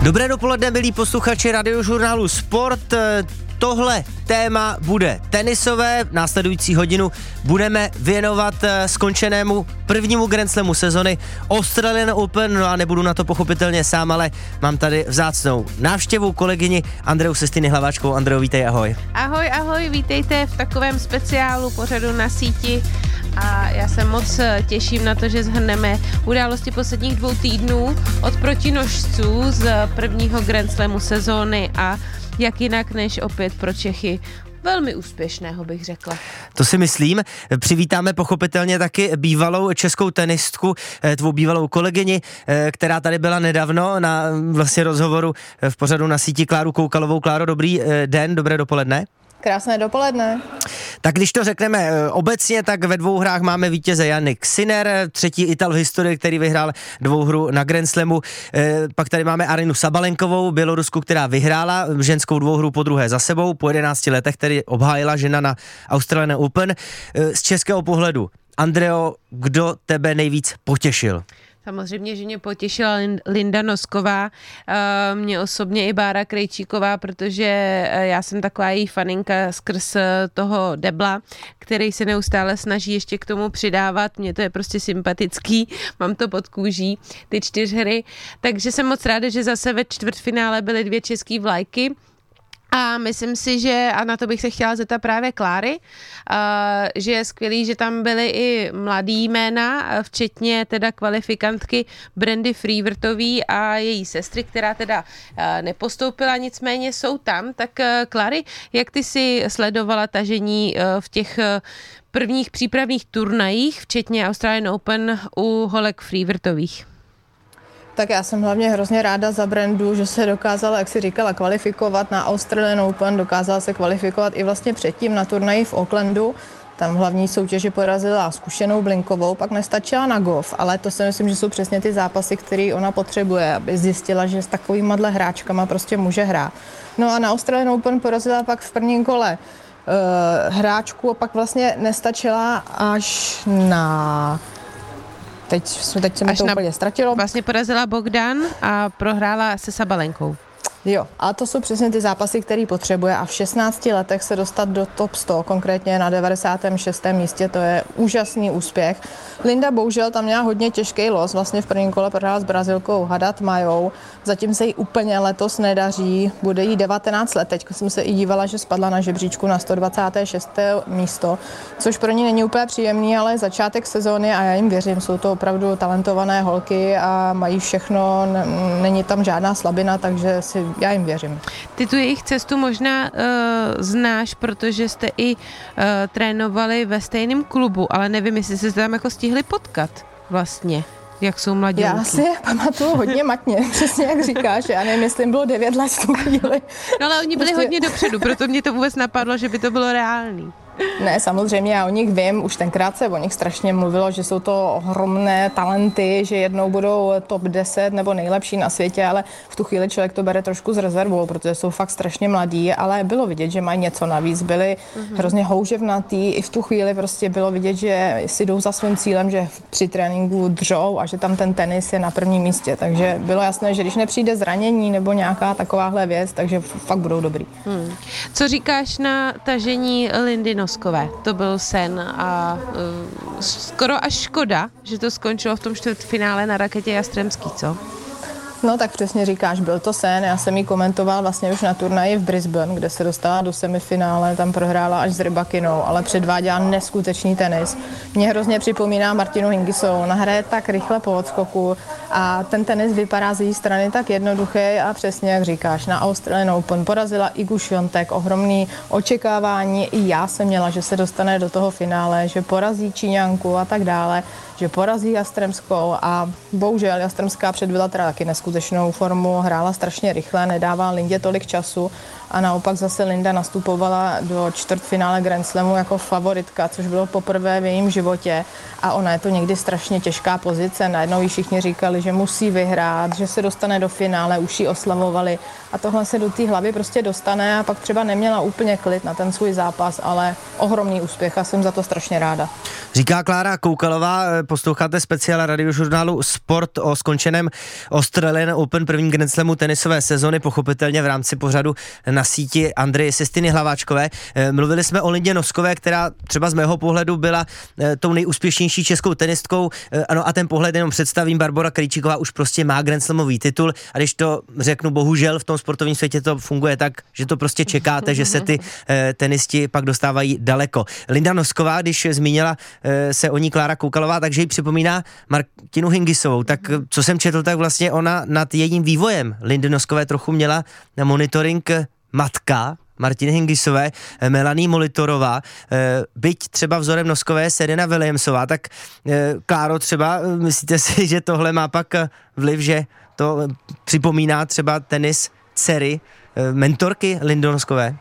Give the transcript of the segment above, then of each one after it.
Dobré dopoledne, milí posluchači radiožurnálu Sport. Tohle téma bude tenisové. Následující hodinu budeme věnovat skončenému prvnímu Grand Slamu sezony Australian Open. No a nebudu na to pochopitelně sám, ale mám tady vzácnou návštěvu kolegyni Andreu Sestiny Hlaváčkovou. Andreu, vítej, ahoj. Ahoj, vítejte v takovém speciálu pořadu Na síti. A já se moc těším na to, že shrneme události posledních 2 týdnů od protinožců z prvního Grand Slamu sezóny a jak jinak než opět pro Čechy velmi úspěšného, bych řekla. To si myslím. Přivítáme pochopitelně taky bývalou českou tenistku, tvou bývalou kolegyni, která tady byla nedávno na vlastně rozhovoru v pořadu Na síti, Kláru Koukalovou. Kláro, dobrý den, dobré dopoledne. Krásné dopoledne. Tak když to řekneme obecně, tak ve 2 hrách máme vítěze Jannik Sinner, 3. Ital v historii, který vyhrál 2 hru na Grand Slamu. Pak tady máme Arynu Sabalenkovou, Bělorusku, která vyhrála ženskou 2 hru po druhé za sebou, po 11 letech, který obhájila žena na Australian Open. Z českého pohledu, Andreo, kdo tebe nejvíc potěšil? Samozřejmě, že mě potěšila Linda Nosková, mě osobně i Bára Krejčíková, protože já jsem taková její faninka skrz toho debla, který se neustále snaží ještě k tomu přidávat. Mně to je prostě sympatický, mám to pod kůží, ty 4 hry. Takže jsem moc ráda, že zase ve čtvrtfinále byly 2 český vlajky. A myslím si, že, a na to bych se chtěla zeptat právě Kláry, že je skvělý, že tam byly i mladý jména, včetně teda kvalifikantky Brandy Freewortový a její sestry, která teda nepostoupila, nicméně jsou tam. Tak Kláry, jak ty si sledovala tažení v těch prvních přípravných turnajích, včetně Australian Open u holek Freewortových? Tak já jsem hlavně hrozně ráda za Brandu, že se dokázala, jak si říkala, kvalifikovat na Australian Open, dokázala se kvalifikovat i vlastně předtím na turnaji v Aucklandu. Tam v hlavní soutěži porazila zkušenou Blinkovou, pak nestačila na golf, ale to si myslím, že jsou přesně ty zápasy, které ona potřebuje, aby zjistila, že s takovýma hráčkama prostě může hrát. No a na Australian Open porazila pak v prvním kole hráčku a pak vlastně nestačila až na... Teď se mi to úplně ztratilo. Vlastně porazila Bogdan a prohrála se Sabalenkou. Jo, a to jsou přesně ty zápasy, který potřebuje a v 16 letech se dostat do top 100, konkrétně na 96. místě, to je úžasný úspěch. Linda bohužel tam měla hodně těžký los, vlastně v prvním kole prohrála s Brazilkou Haddad Maijou, zatím se jí úplně letos nedaří, bude jí 19 let, teď jsem se i dívala, že spadla na žebříčku na 126. místo, což pro ní není úplně příjemný, ale začátek sezóny a já jim věřím, jsou to opravdu talentované holky a mají všechno, není tam žádná slabina, takže já jim věřím. Ty tu jejich cestu možná znáš, protože jste i trénovali ve stejném klubu, ale nevím, jestli se tam jako stihli potkat vlastně, jak jsou mladí. Já si pamatuju hodně matně, přesně jak říkáš, já nevím, jestli jim bylo 9 let v tu chvíli. No ale oni byli hodně dopředu, proto mě to vůbec napadlo, že by to bylo reálný. Ne, samozřejmě, já o nich vím, už tenkrát se o nich strašně mluvilo, že jsou to ohromné talenty, že jednou budou top 10 nebo nejlepší na světě, ale v tu chvíli člověk to bere trošku s rezervou, protože jsou fakt strašně mladí, ale bylo vidět, že mají něco navíc, byli hrozně houževnatý, i v tu chvíli prostě bylo vidět, že si jdou za svým cílem, že při tréninku držou a že tam ten tenis je na prvním místě, takže bylo jasné, že když nepřijde zranění nebo nějaká takováhle věc, takže fakt budou dobrý. Co říkáš na tažení Lindy Noskové? To byl sen a skoro až škoda, že to skončilo v tom čtvrtfinále na raketě Jastrzębský, co? No tak přesně říkáš, byl to sen, já jsem ji komentoval vlastně už na turnaji v Brisbane, kde se dostala do semifinále, tam prohrála až s Rybakinou, ale předváděla neskutečný tenis. Mě hrozně připomíná Martinu Hingisovou, ona hraje tak rychle po odskoku a ten tenis vypadá z její strany tak jednoduchý a přesně jak říkáš, na Australian Open porazila Igu Świątek, ohromný očekávání, i já jsem měla, že se dostane do toho finále, že porazí Číňanku a tak dále, že porazí Jastrzębskou a bohužel Jastrzębská předvedla teda taky neskutečnou formu, hrála strašně rychle, nedává Lindě tolik času a naopak zase Linda nastupovala do čtvrtfinále Grand Slamu jako favoritka, což bylo poprvé v jejím životě a ona je to někdy strašně těžká pozice, najednou jí všichni říkali, že musí vyhrát, že se dostane do finále, už ji oslavovali a tohle se do té hlavy prostě dostane a pak třeba neměla úplně klid na ten svůj zápas, ale ohromný úspěch a jsem za to strašně ráda. Říká Klára Koukalová, posloucháte speciál radiožurnálu Sport o skončeném Australian Open první Grand Slamu tenisové sezony, pochopitelně v rámci pořadu na síti Andreje Sestiny Hlaváčkové. Mluvili jsme o Lindě Noskové, která třeba z mého pohledu byla tou nejúspěšnější českou tenistkou. Ano, a ten pohled jenom představím, Barbora Krejčíková už prostě má Grand Slamový titul, a když to řeknu, bohužel v tom sportovním světě to funguje tak, že to prostě čekáte, že se ty tenisti pak dostávají daleko. Linda Nosková, když zmínila se o ní Klára Koukalová, takže ji připomíná Martinu Hingisovou. Tak co jsem četl, tak vlastně ona nad jejím vývojem Lindy Noskové trochu měla na monitoring matka Martiny Hingisové, Melanie Molitorová, byť třeba vzorem Noskové Serena Williamsová, tak Kláro, třeba myslíte si, že tohle má pak vliv, že to připomíná třeba tenis dcery mentorky Lindy Noskové?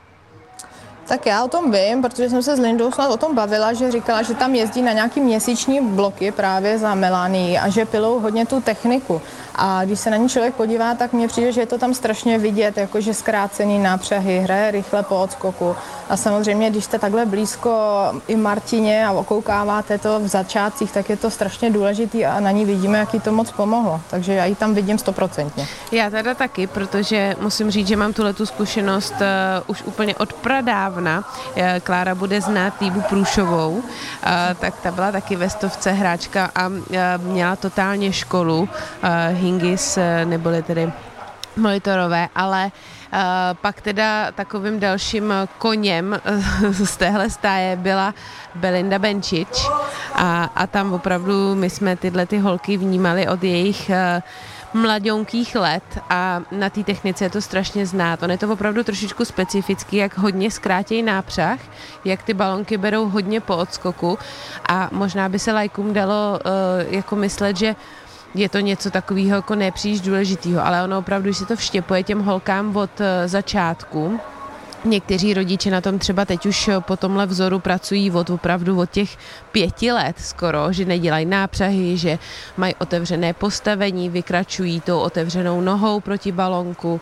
Tak já o tom vím, protože jsem se s Lindou snad o tom bavila, že říkala, že tam jezdí na nějaký měsíční bloky právě za Melanii a že pilou hodně tu techniku. A když se na ní člověk podívá, tak mně přijde, že je to tam strašně vidět, jakože zkrácený nápřahy, hraje rychle po odskoku. A samozřejmě, když jste takhle blízko i Martině a okoukáváte to v začátcích, tak je to strašně důležitý a na ní vidíme, jak jí to moc pomohlo. Takže já ji tam vidím 100%. Já teda taky, protože musím říct, že mám tuhletu zkušenost už úplně od pradávna. Klára bude znát Týbu Průšovou, tak ta byla taky ve stovce hráčka a měla totálně školu Hingis, neboli tedy Molitorové, ale pak teda takovým dalším koněm z téhle stáje byla Belinda Bencic a tam opravdu my jsme tyhle ty holky vnímali od jejich mladěnkých let a na té technice je to strašně znát. On je to opravdu trošičku specifický, jak hodně zkrátějí nápřah, jak ty balonky berou hodně po odskoku a možná by se lajkům dalo jako myslet, že je to něco takového jako nepříliš důležitého, ale ono opravdu si to vštěpuje těm holkám od začátku. Někteří rodiče na tom třeba teď už po tomhle vzoru pracují opravdu od těch 5 let skoro, že nedělají nápřahy, že mají otevřené postavení, vykračují tou otevřenou nohou proti balonku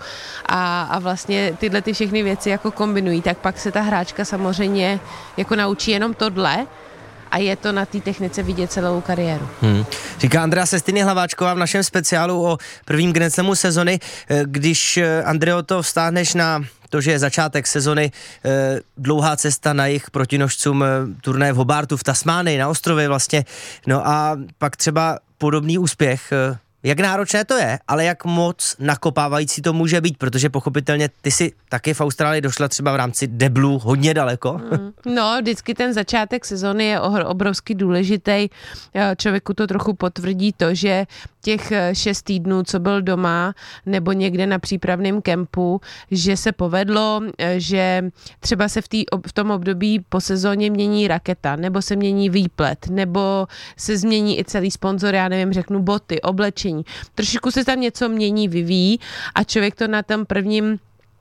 a vlastně tyhle ty všechny věci jako kombinují, tak pak se ta hráčka samozřejmě jako naučí jenom tohle, a je to na té technice vidět celou kariéru. Říká Andrea Sestiny Hlaváčková v našem speciálu o prvním Grand Slamu sezony. Když, Andreo, to vztáhneš na to, že je začátek sezony, dlouhá cesta na jih proti nožcům turnaje v Hobartu v Tasmánii, na ostrově vlastně, no a pak třeba podobný úspěch. Jak náročné to je, ale jak moc nakopávající to může být, protože pochopitelně ty si taky v Austrálii došla třeba v rámci deblu hodně daleko. No, vždycky ten začátek sezony je obrovsky důležitý. Člověku to trochu potvrdí to, že těch 6 týdnů, co byl doma nebo někde na přípravném kempu, že se povedlo, že třeba se v tom období po sezóně mění raketa, nebo se mění výplet, nebo se změní i celý sponzor, já nevím, řeknu boty, oblečení. Trošičku se tam něco mění, vyvíjí a člověk to na tom prvním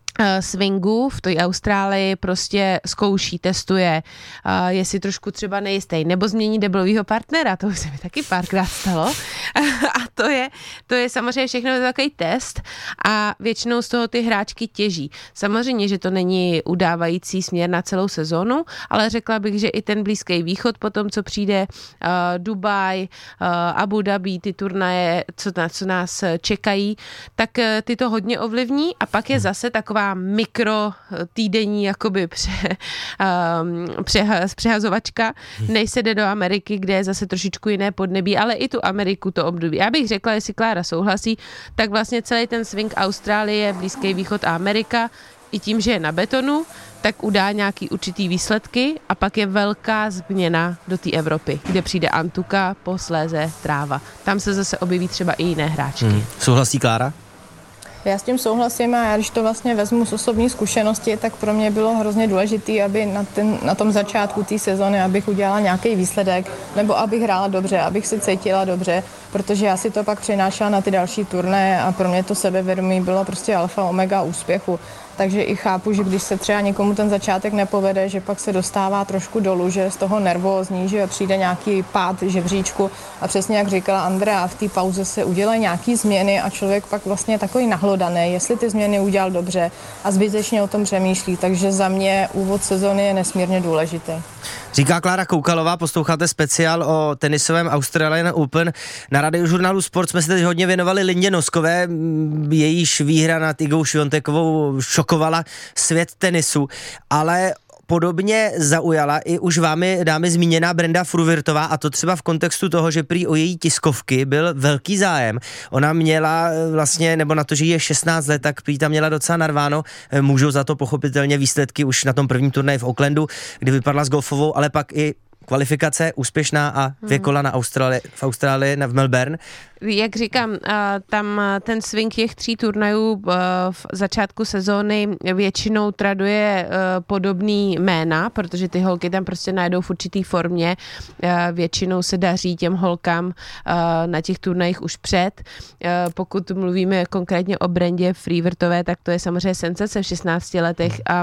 swingu v té Austrálii prostě zkouší, testuje, je si trošku třeba nejistý, nebo změní deblovýho partnera, to už se mi taky párkrát stalo a to je samozřejmě všechno takový test a většinou z toho ty hráčky těží. Samozřejmě, že to není udávající směr na celou sezonu, ale řekla bych, že i ten Blízký východ potom, co přijde Dubaj, Abu Dhabi, ty turnaje, co nás čekají, tak ty to hodně ovlivní a pak je zase taková mikro týdenní jakoby přehazovačka, než se jde do Ameriky, kde je zase trošičku jiné podnebí, ale i tu Ameriku to období. Já bych řekla, jestli Klára souhlasí, tak vlastně celý ten swing Austrálie, Blízký východ a Amerika, i tím, že je na betonu, tak udá nějaký určitý výsledky a pak je velká změna do té Evropy, kde přijde antuka, posléze tráva. Tam se zase objeví třeba i jiné hráčky. Souhlasí Klára? Já s tím souhlasím a já když to vlastně vezmu z osobní zkušenosti, tak pro mě bylo hrozně důležité, aby na tom začátku té sezony, abych udělala nějaký výsledek, nebo abych hrála dobře, abych se cítila dobře, protože já si to pak přinášela na ty další turnaje a pro mě to sebevědomí bylo prostě alfa omega úspěchu. Takže i chápu, že když se třeba někomu ten začátek nepovede, že pak se dostává trošku dolů, že je z toho nervózní, že přijde nějaký pád žebříčku a přesně jak říkala Andrea, v té pauze se udělají nějaký změny a člověk pak vlastně je takový nahlodaný, jestli ty změny udělal dobře a zbytečně o tom přemýšlí, takže za mě úvod sezony je nesmírně důležitý. Říká Klára Koukalová, posloucháte speciál o tenisovém Australian Open. Na Radiožurnálu Sport jsme se teď hodně věnovali Lindě Noskové, jejíž výhra nad Igou Šviontekovou šokovala svět tenisu, ale podobně zaujala i už vámi dámy zmíněná Brenda Fruhvirtová, a to třeba v kontextu toho, že prý o její tiskovky byl velký zájem. Ona měla vlastně, nebo na to, že jí je 16 let, tak prý tam měla docela narváno. Můžou za to pochopitelně výsledky už na tom prvním turnaji v Aucklandu, kdy vypadla s golfovou, ale pak i kvalifikace úspěšná a 2 kola v Austrálii v Melbourne. Jak říkám, tam ten swing těch 3 turnajů v začátku sezóny většinou traduje podobný jména, protože ty holky tam prostě najdou v určitý formě. Většinou se daří těm holkám na těch turnajích už před. Pokud mluvíme konkrétně o Brendě Fruhvirtové, tak to je samozřejmě senzace v 16 letech a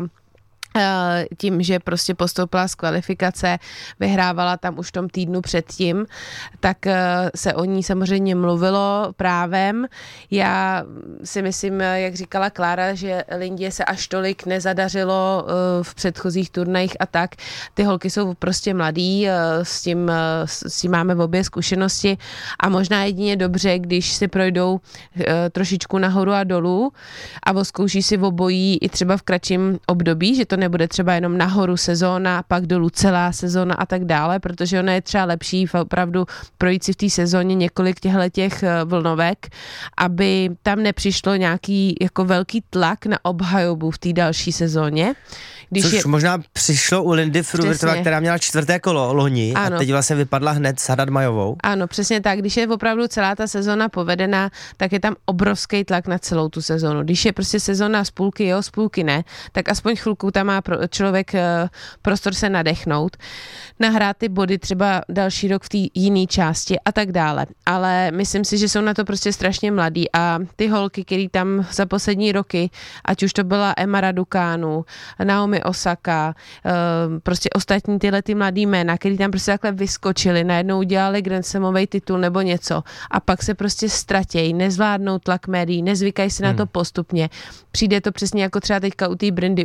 tím, že prostě postoupila z kvalifikace, vyhrávala tam už v tom týdnu předtím, tak se o ní samozřejmě mluvilo právem. Já si myslím, jak říkala Klára, že Lindě se až tolik nezadařilo v předchozích turnajích a tak. Ty holky jsou prostě mladý, s tím máme v obě zkušenosti a možná jedině dobře, když si projdou trošičku nahoru a dolů a zkouší si obojí i třeba v kratším období, že to nebude třeba jenom nahoru sezóna, pak dolů celá sezóna a tak dále, protože ona je třeba lepší opravdu projít si v té sezóně několik těch vlnovek, aby tam nepřišlo nějaký jako velký tlak na obhajobu v té další sezóně. Což možná přišlo u Lindy Fruhvirtové, která měla 4. kolo loni a teď vlastně vypadla hned s Haddad-Maijovou. Ano, přesně tak. Když je opravdu celá ta sezóna povedená, tak je tam obrovský tlak na celou tu sezónu. Když je prostě sezóna z půlky jo, z půlky ne, tak aspoň chvilku tam má člověk prostor se nadechnout, nahrát ty body třeba další rok v té jiné části a tak dále. Ale myslím si, že jsou na to prostě strašně mladí a ty holky, který tam za poslední roky, ať už to byla Emma Raducanu, Naomi Osaka, prostě ostatní tyhle ty mladý jména, který tam prostě takhle vyskočili, najednou udělali Grand Slamový titul nebo něco a pak se prostě ztratějí, nezvládnou tlak médií, nezvykají si na to postupně. Přijde to přesně jako třeba teďka u té Brandy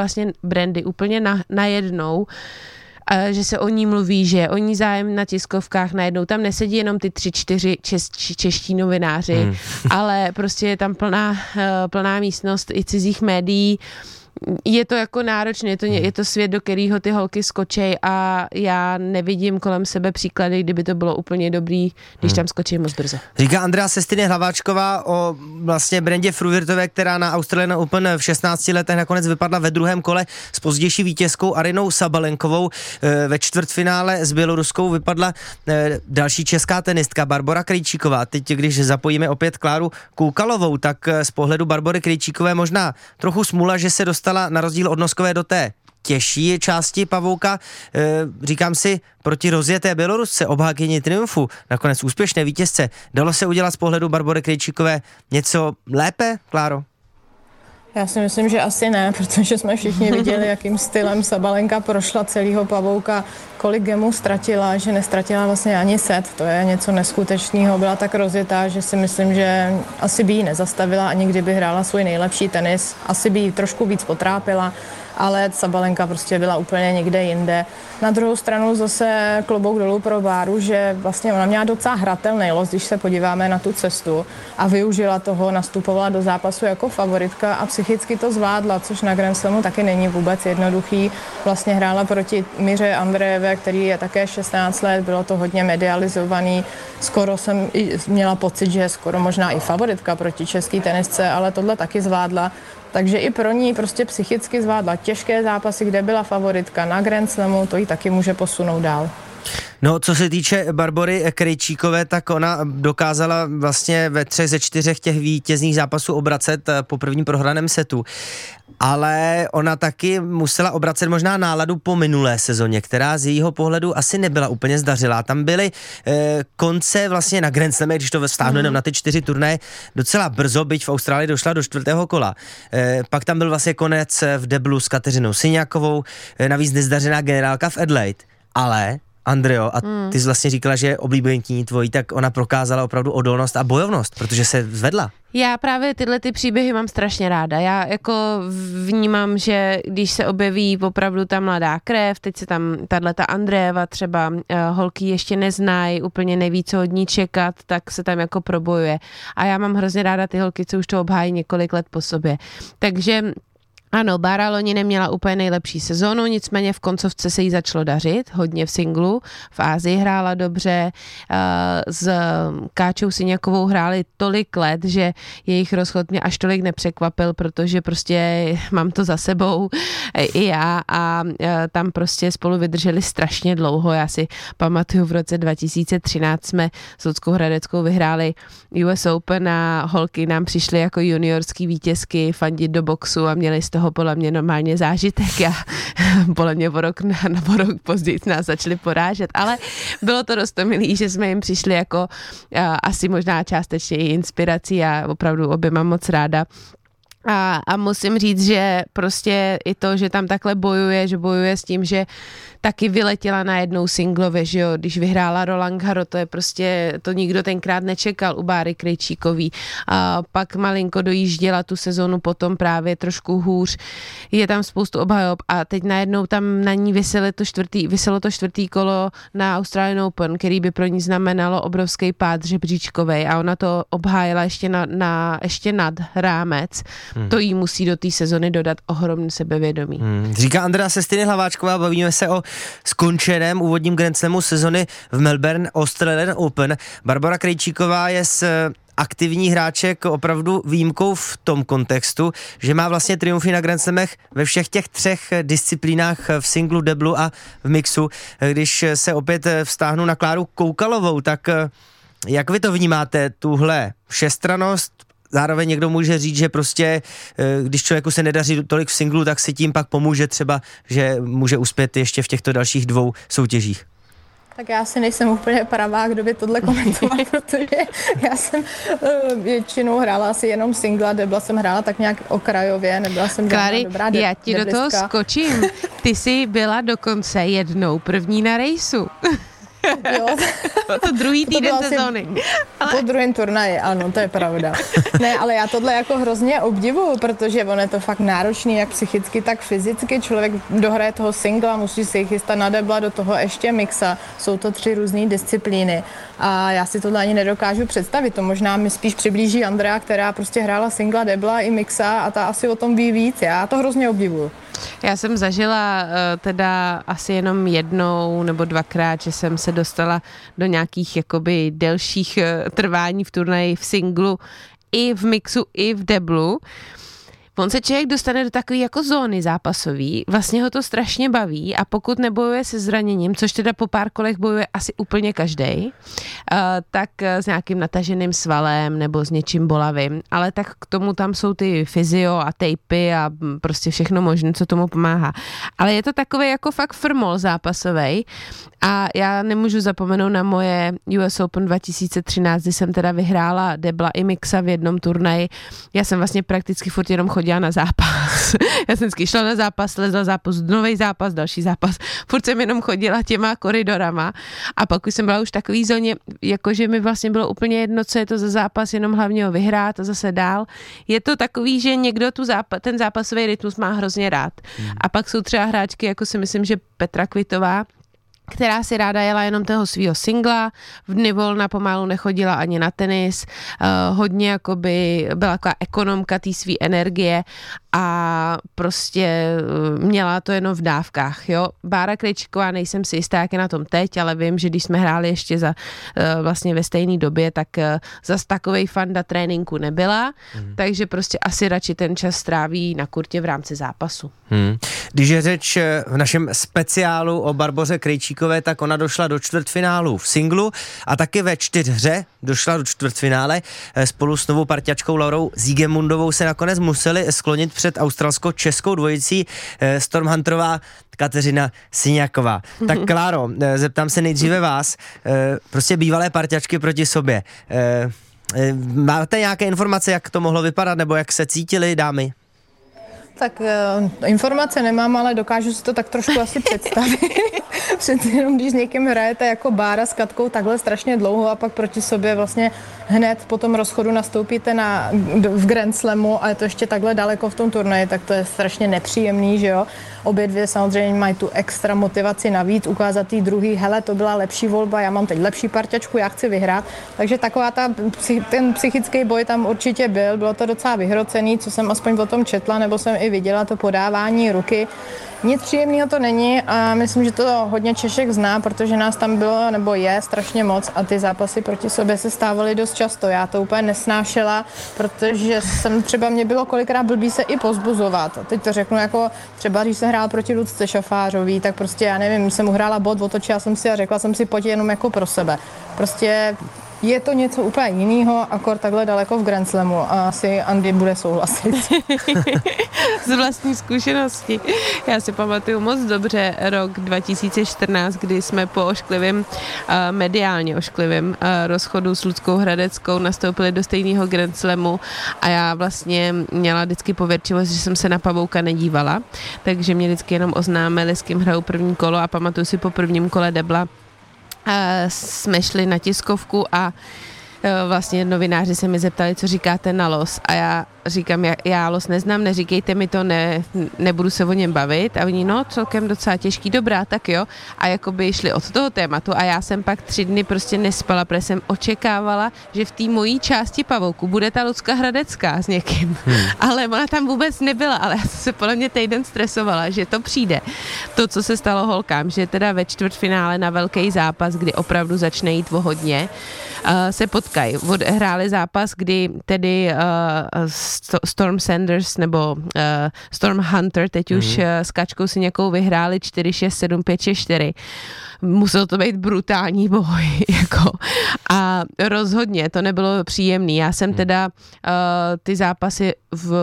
úplně najednou, že se o ní mluví, že je o ní zájem na tiskovkách, najednou tam nesedí jenom ty 3-4 čeští novináři, ale prostě je tam plná místnost i cizích médií. Je to jako náročné, je to svět, do kterého ty holky skočej a já nevidím kolem sebe příklady, kdyby to bylo úplně dobrý, když tam skočí moc brzo. Říká Andrea Sestiny Hlaváčková o vlastně Brendě Fruhvirtové, která na Australian Open v 16 letech nakonec vypadla ve 2. kole s pozdější vítězkou Arinou Sabalenkovou. Ve čtvrtfinále s běloruskou vypadla další česká tenistka Barbora Krejčíková. Teď, když zapojíme opět Kláru Koukalovou, tak z pohledu Barbory Krejčíkové možná trochu smůla, že se dostala na rozdíl od Noskové do té těžší části pavouka. Říkám si, proti rozjeté Bělorusce, obhájkyni triumfu, nakonec úspěšné vítězce, dalo se udělat z pohledu Barbory Krejčíkové něco lépe, Kláro? Já si myslím, že asi ne, protože jsme všichni viděli, jakým stylem Sabalenka prošla celého pavouka, kolik gemů ztratila, že nestratila vlastně ani set, to je něco neskutečného, byla tak rozjetá, že si myslím, že asi by ji nezastavila, ani kdyby hrála svůj nejlepší tenis, asi by ji trošku víc potrápila, ale Sabalenka prostě byla úplně někde jinde. Na druhou stranu zase klobouk dolů pro Báru, že vlastně ona měla docela hratelný los, když se podíváme na tu cestu a využila toho, nastupovala do zápasu jako favoritka a psychicky to zvládla, což na Grand Slamu taky není vůbec jednoduchý. Vlastně hrála proti Míře Andrejeve, který je také 16 let, bylo to hodně medializovaný. Skoro jsem měla pocit, že je skoro možná i favoritka proti český tenisce, ale tohle taky zvládla. Takže i pro ní prostě psychicky zvládla těžké zápasy, kde byla favoritka na Grand Slamu, to ji taky může posunout dál. No, co se týče Barbory Krejčíkové, tak ona dokázala vlastně ve 3 ze 4 těch vítězných zápasů obracet po prvním prohraném setu. Ale ona taky musela obracet možná náladu po minulé sezóně, která z jejího pohledu asi nebyla úplně zdařilá. Tam byly konce vlastně na Grand Slamu, když to vztáhnu jenom na ty 4 turnaje, docela brzo, byť v Austrálii došla do 4. kola. Pak tam byl vlastně konec v deblu s Kateřinou Syňákovou, navíc nezdařená generálka v Adelaide. Ale Andreo, a ty jsi vlastně říkala, že je oblíbenkyní tvojí, tak ona prokázala opravdu odolnost a bojovnost, protože se zvedla. Já právě tyhle ty příběhy mám strašně ráda. Já jako vnímám, že když se objeví opravdu ta mladá krev, teď se tam tato Andreeva třeba holky ještě neznají, úplně neví, co od ní čekat, tak se tam jako probojuje. A já mám hrozně ráda ty holky, co už to obhájí několik let po sobě. Takže ano, Bára loni neměla úplně nejlepší sezonu, nicméně v koncovce se jí začalo dařit, hodně v singlu, v Ázii hrála dobře, s Káčou Syňákovou hráli tolik let, že jejich rozchod mě až tolik nepřekvapil, protože prostě mám to za sebou i já a tam prostě spolu vydrželi strašně dlouho. Já si pamatuju, v roce 2013 jsme s Luckou Hradeckou vyhráli US Open a holky nám přišly jako juniorský vítězky fandit do boxu a měli z toho podle mě normálně zážitek. Já podle mě o rok později nás začali porážet, ale bylo to dost milý, že jsme jim přišli jako asi možná částečně i inspirací a opravdu obě mám moc ráda. A musím říct, že prostě i to, že tam takhle bojuje s tím, že taky vyletěla na jednou singlově, že jo, když vyhrála Roland Garros, to je prostě, to nikdo tenkrát nečekal u Báry Krejčíkový. A pak malinko dojížděla tu sezonu potom právě trošku hůř, je tam spoustu obhajob a teď najednou tam na ní vyselo to čtvrtý kolo na Australian Open, který by pro ní znamenalo obrovský pád žebříčkovej a ona to obhájila ještě nad rámec. To jí musí do té sezony dodat ohromné sebevědomí. Říká Andrea Sestiny Hlaváčková, bavíme se o skončeném úvodním Grand Slamu sezony v Melbourne Australian Open. Barbora Krejčíková je z aktivní hráček opravdu výjimkou v tom kontextu, že má vlastně triumfy na Grand Slamech ve všech těch 3 disciplínách v singlu, deblu a v mixu. Když se opět vztáhnu na Kláru Koukalovou, tak jak vy to vnímáte, tuhle všestrannost? Zároveň někdo může říct, že prostě, když člověku se nedaří tolik v singlu, tak si tím pak pomůže třeba, že může uspět ještě v těchto dalších 2 soutěžích. Tak já si nejsem úplně pravá, kdo by tohle komentoval, protože já jsem většinou hrála asi jenom singla, debla jsem hrála tak nějak okrajově, nebyla jsem Kláry, dobrá já ti do toho skočím. Ty jsi byla dokonce jednou první na rejsu. Jo. To druhý týden sezóny. Po druhém turnaji, ano, to je pravda. Ne, ale já tohle jako hrozně obdivuju, protože on je to fakt náročný, jak psychicky, tak fyzicky. Člověk dohraje toho singla, musí si chystat na debla, do toho ještě mixa. Jsou to 3 různé disciplíny. A já si tohle ani nedokážu představit. To možná mi spíš přiblíží Andrea, která prostě hrála singla, debla i mixa a ta asi o tom ví víc. Já to hrozně obdivuju. Já jsem zažila teda asi jenom jednou nebo 2krát, že jsem se dostala do nějakých jakoby delších trvání v turnaji v singlu i v mixu, i v deblu. On se člověk dostane do takové jako zóny zápasový, vlastně ho to strašně baví a pokud nebojuje se zraněním, což teda po pár kolech bojuje asi úplně každej, tak s nějakým nataženým svalem nebo s něčím bolavým, ale tak k tomu tam jsou ty fyzio a tejpy a prostě všechno možné, co tomu pomáhá. Ale je to takový jako fakt frmol zápasovej a já nemůžu zapomenout na moje US Open 2013, kdy jsem teda vyhrála debla i mixa v jednom turnaji. Já jsem vlastně prakticky furt jenom chodila na zápas. Já jsem vždycky šla na zápas, lezla zápas, nový zápas, další zápas. Furt jsem jenom chodila těma koridorama a pak už jsem byla už v takový zóně, jakože mi vlastně bylo úplně jedno, co je to za zápas, jenom hlavně ho vyhrát a zase dál. Je to takový, že někdo ten zápasový rytmus má hrozně rád. A pak jsou třeba hráčky, jako si myslím, že Petra Kvitová, která si ráda jela jenom toho svýho singla, v dny volna pomalu nechodila ani na tenis, hodně jakoby byla taková ekonomka té svý energie a prostě měla to jenom v dávkách, jo. Bára Krejčíková, nejsem si jistá, jak je na tom teď, ale vím, že když jsme hráli ještě vlastně ve stejné době, tak zas takovej fanda tréninku nebyla, takže prostě asi radši ten čas stráví na kurtě v rámci zápasu. Když je řeč v našem speciálu o Barboře Krejčíkové, Krejčíkové, tak ona došla do čtvrtfinálu v singlu a taky ve 4hře došla do čtvrtfinále. Spolu s novou parťačkou Laurou Siegemundovou se nakonec museli sklonit před australsko-českou dvojicí Storm Hunterová Kateřina Syňáková. Tak Kláro, zeptám se nejdříve vás, prostě bývalé parťačky proti sobě. Máte nějaké informace, jak to mohlo vypadat, nebo jak se cítily dámy? Tak informace nemám, ale dokážu si to tak trošku asi představit. Přece jenom, když s někým hrajete jako Bára s Katkou takhle strašně dlouho a pak proti sobě vlastně hned po tom rozchodu nastoupíte v Grand Slamu a je to ještě takhle daleko v tom turnaji, tak to je strašně nepříjemný, že jo. Obě dvě samozřejmě mají tu extra motivaci navíc, ukázat tý druhý, hele, to byla lepší volba, já mám teď lepší parťačku, já chci vyhrát. Takže taková ten psychický boj tam určitě bylo to docela vyhrocený, co jsem aspoň o tom četla, nebo jsem i viděla to podávání ruky. Nic příjemného to není a myslím, že to hodně Češek zná, protože nás tam bylo nebo je strašně moc a ty zápasy proti sobě se stávaly dost často. Já to úplně nesnášela, protože mě bylo kolikrát blbý se i pozbuzovat. A teď to řeknu jako třeba, když jsem hrál proti Lucce Šafářový, tak prostě já nevím, jsem uhrála bod, otočila jsem si a řekla jsem si, pojď jenom jako pro sebe. Prostě je to něco úplně jiného, akor takhle daleko v Grand Slamu a asi Andy bude souhlasit. Z vlastní zkušenosti. Já si pamatuju moc dobře rok 2014, kdy jsme po ošklivém, mediálně ošklivém rozchodu s Luckou Hradeckou nastoupili do stejného Grand Slamu a já vlastně měla vždycky pověrčivost, že jsem se na pavouka nedívala, takže mě vždycky jenom oznámili, s kým hrajou první kolo a pamatuju si po prvním kole debla jsme šli na tiskovku a vlastně novináři se mi zeptali, co říkáte na los a já říkám, já los neznám, neříkejte mi to, nebudu se o něm bavit a oni, no celkem docela těžký, dobrá, tak jo a jakoby šli od toho tématu a já jsem pak 3 dny prostě nespala, protože jsem očekávala, že v té mojí části pavouku bude ta Lucka Hradecká s někým, ale ona tam vůbec nebyla, ale já jsem se podle mě týden stresovala, že to přijde. To, co se stalo holkám, že teda ve čtvrtfinále na velký zápas, kdy opravdu začne jít o hodně, se potkají. Hráli zápas, kdy tedy Storm Sanders nebo Storm Hunter teď už s Kačkou si někou vyhráli 4-6, 7-5, 6-4. Musel to být brutální boj. Jako. A rozhodně to nebylo příjemný. Já jsem teda ty zápasy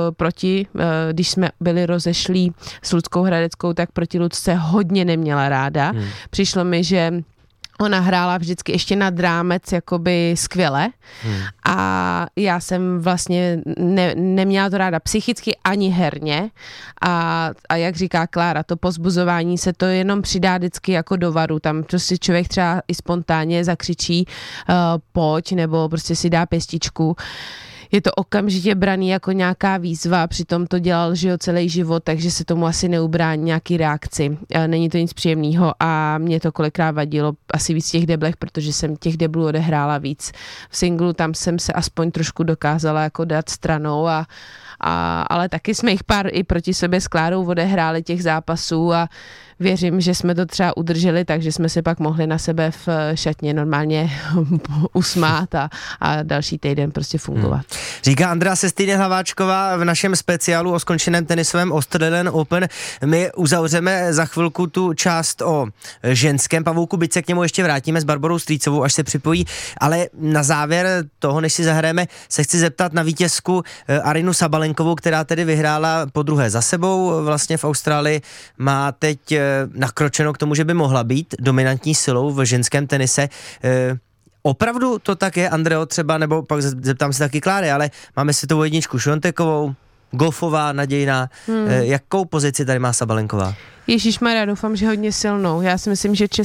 když jsme byli rozešlí s Luckou Hradeckou, tak proti Lucce hodně neměla ráda. Přišlo mi, že ona hrála vždycky ještě nad rámec jakoby skvěle a já jsem vlastně neměla to ráda psychicky ani herně a jak říká Klára, to pozbuzování se to jenom přidá vždycky jako do varu, tam prostě člověk třeba i spontánně zakřičí pojď nebo prostě si dá pěstičku. Je to okamžitě braný jako nějaká výzva, přitom to dělal, že jo, celý život, takže se tomu asi neubrání nějaký reakci. Není to nic příjemného a mě to kolikrát vadilo asi víc v těch deblech, protože jsem těch deblů odehrála víc. V singlu tam jsem se aspoň trošku dokázala jako dát stranou ale taky jsme jich pár i proti sobě s Klárou odehráli těch zápasů a věřím, že jsme to třeba udrželi, takže jsme se pak mohli na sebe v šatně normálně usmát a další týden prostě fungovat. Říká Andrea Sestýně Hlaváčková v našem speciálu o skončeném tenisovém Australian Open. My uzavřeme za chvilku tu část o ženském pavouku, byť se k němu ještě vrátíme s Barborou Strýcovou, až se připojí, ale na závěr toho, než si zahrajeme, se chci zeptat na vítězku Arinu Sabalenkovou, která tedy vyhrála podruhé za sebou vlastně v Austrálii, má teď nakročeno k tomu, že by mohla být dominantní silou v ženském tenise. Opravdu to tak je, Andreo, třeba, nebo pak zeptám se taky Kláry, ale máme světovou jedničku Šontekovou, golfová, nadějná. Jakou pozici tady má Sabalenková? Ježišmarja, doufám, že hodně silnou. Já si myslím, že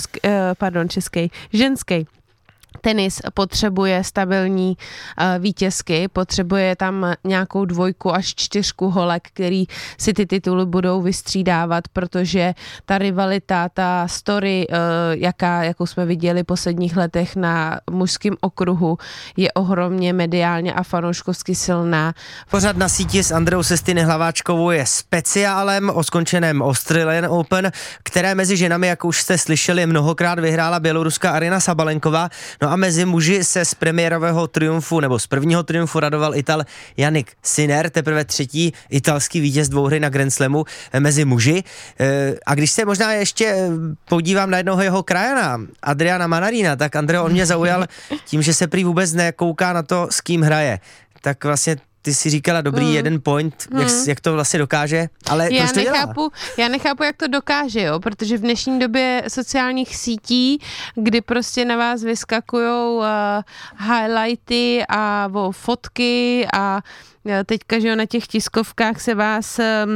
ženský tenis potřebuje stabilní vítězky, potřebuje tam nějakou 2 až 4 holek, který si ty tituly budou vystřídávat, protože ta rivalita, ta story, jakou jsme viděli v posledních letech na mužském okruhu, je ohromně mediálně a fanouškovsky silná. Pořad na síti s Andreou Sestýny Hlaváčkovou je speciálem o skončeném Australian Open, které mezi ženami, jak už jste slyšeli, mnohokrát vyhrála běloruská Arina Sabalenková. No No a mezi muži se z premiérového triumfu, nebo z prvního triumfu radoval Ital Jannik Sinner, teprve třetí italský vítěz dvouhry na Grand Slamu mezi muži. A když se možná ještě podívám na jednoho jeho krajana, Adriana Manarina, tak Andrea, on mě zaujal tím, že se prý vůbec nekouká na to, s kým hraje. Tak vlastně ty si říkala dobrý jeden point, jak to vlastně dokáže, ale proč to dělá? Já nechápu, jak to dokáže, jo, protože v dnešní době sociálních sítí, kdy prostě na vás vyskakujou highlighty a fotky a teďka, že jo, na těch tiskovkách se vás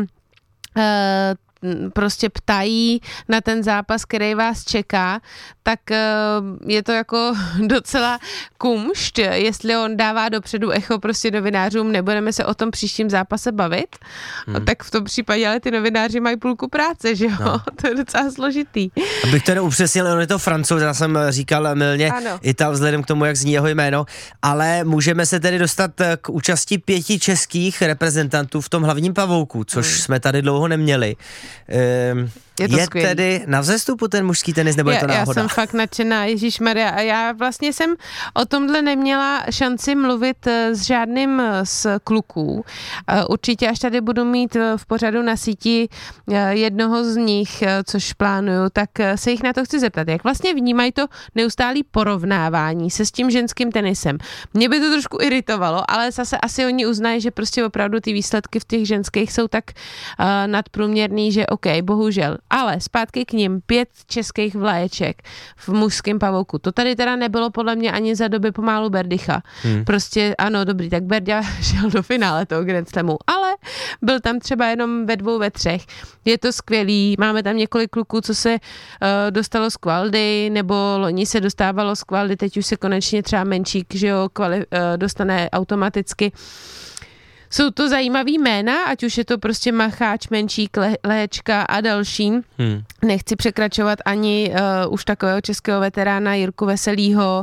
prostě ptají na ten zápas, který vás čeká, tak je to jako docela kumšt, jestli on dává dopředu echo prostě novinářům, nebudeme se o tom příštím zápase bavit, tak v tom případě ale ty novináři mají půlku práce, že jo, no. To je docela složitý. Abych to upřesnil, on je to Francouz, já jsem říkal mylně Ital vzhledem k tomu, jak zní jeho jméno, ale můžeme se tedy dostat k účasti 5 českých reprezentantů v tom hlavním pavouku, což jsme tady dlouho neměli. Je tedy na vzestupu ten mužský tenis, nebo je to náhoda? Já jsem fakt nadšená, ježišmarja, a já vlastně jsem o tomhle neměla šanci mluvit s žádným z kluků. Určitě až tady budu mít v pořadu na síti jednoho z nich, což plánuju, tak se jich na to chci zeptat. Jak vlastně vnímají to neustálý porovnávání se s tím ženským tenisem? Mě by to trošku iritovalo, ale zase asi oni uznají, že prostě opravdu ty výsledky v těch ženských jsou tak nadprůměrný, že OK, bohužel. Ale zpátky k nim 5 českých vlaječek v mužském pavouku. To tady teda nebylo podle mě ani za doby pomálu Berdycha. Prostě ano, dobrý, tak Berďa šel do finále toho Grand Slamu, ale byl tam třeba jenom ve 2, ve 3. Je to skvělý, máme tam několik kluků, co se dostalo z kvaldy, nebo loni se dostávalo z kvaldy, teď už se konečně třeba Menčík, že jo, dostane automaticky. Jsou to zajímavý jména, ať už je to prostě Macháč, Menčík, Léčka a další. Nechci překračovat ani už takového českého veterána Jirku Veselýho,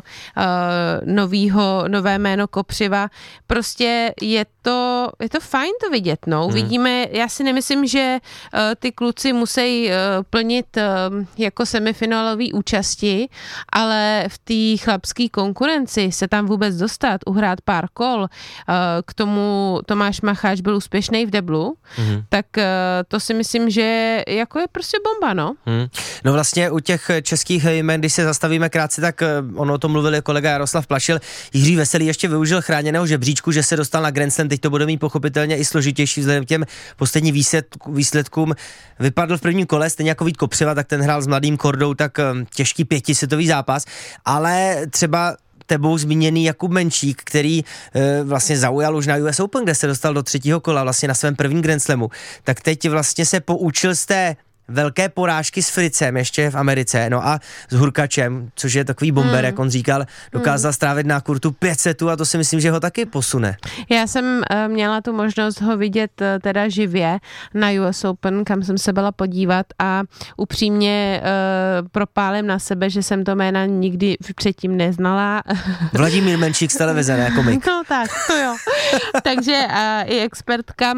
nové jméno Kopřiva. Prostě je to fajn to vidět, no. Vidíme, já si nemyslím, že ty kluci musí plnit jako semifinálový účasti, ale v té chlapské konkurenci se tam vůbec dostat, uhrát pár kol, k tomu Tomáš Macháč byl úspěšný v deblu, tak to si myslím, že jako je prostě bomba, no. No vlastně u těch českých jmen, když se zastavíme krátce, tak ono o tom mluvil kolega Jaroslav Plašil. Jiří Veselý ještě využil chráněného žebříčku, že se dostal na Grand Slam, teď to bude mít pochopitelně i složitější vzhledem k těm posledním výsledkům. Vypadl v prvním kole, stejně jako Vít Kopřiva, tak ten hrál s mladým Kordou, tak těžký 5setový zápas, ale třeba tebou zmíněný Jakub Menčík, který vlastně zaujal už na US Open, kde se dostal do 3. kola vlastně na svém prvním Grand Slamu, tak teď vlastně se poučil z té velké porážky s Fritzem ještě v Americe, no a s Hurkačem, což je takový bomber, jak on říkal, dokázal strávit na kurtu 5 setů a to si myslím, že ho taky posune. Já jsem měla tu možnost ho vidět teda živě na US Open, kam jsem se byla podívat a upřímně propálím na sebe, že jsem to jména nikdy předtím neznala. Vladimír Menčík z televize, ne komik. No tak, to jo. Takže i expertka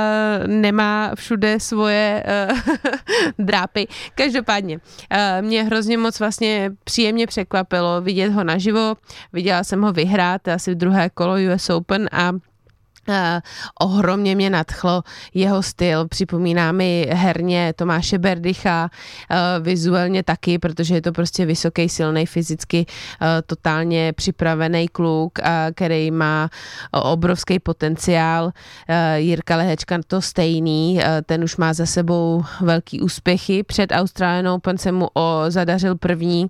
nemá všude svoje drápy. Každopádně mě hrozně moc vlastně příjemně překvapilo vidět ho naživo. Viděla jsem ho vyhrát asi v 2. kolo US Open a ohromně mě nadchlo jeho styl, připomíná mi herně Tomáše Berdycha, vizuálně taky, protože je to prostě vysoký, silný, fyzicky totálně připravený kluk, který má obrovský potenciál. Jirka Lehečka to stejný, ten už má za sebou velký úspěchy. Před Australian Open se mu zadařil první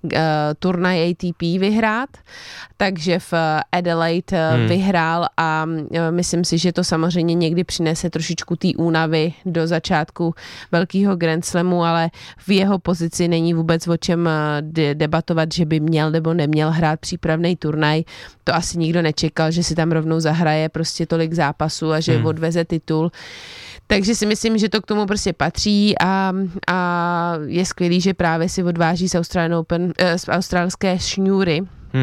turnaj ATP vyhrát, takže v Adelaide vyhrál a myslím si, že to samozřejmě někdy přinese trošičku té únavy do začátku velkého Grand Slamu, ale v jeho pozici není vůbec o čem debatovat, že by měl nebo neměl hrát přípravný turnaj. To asi nikdo nečekal, že si tam rovnou zahraje prostě tolik zápasů a že odveze titul. Takže si myslím, že to k tomu prostě patří a je skvělý, že právě si odváží z Australian Open, z australské šňůry.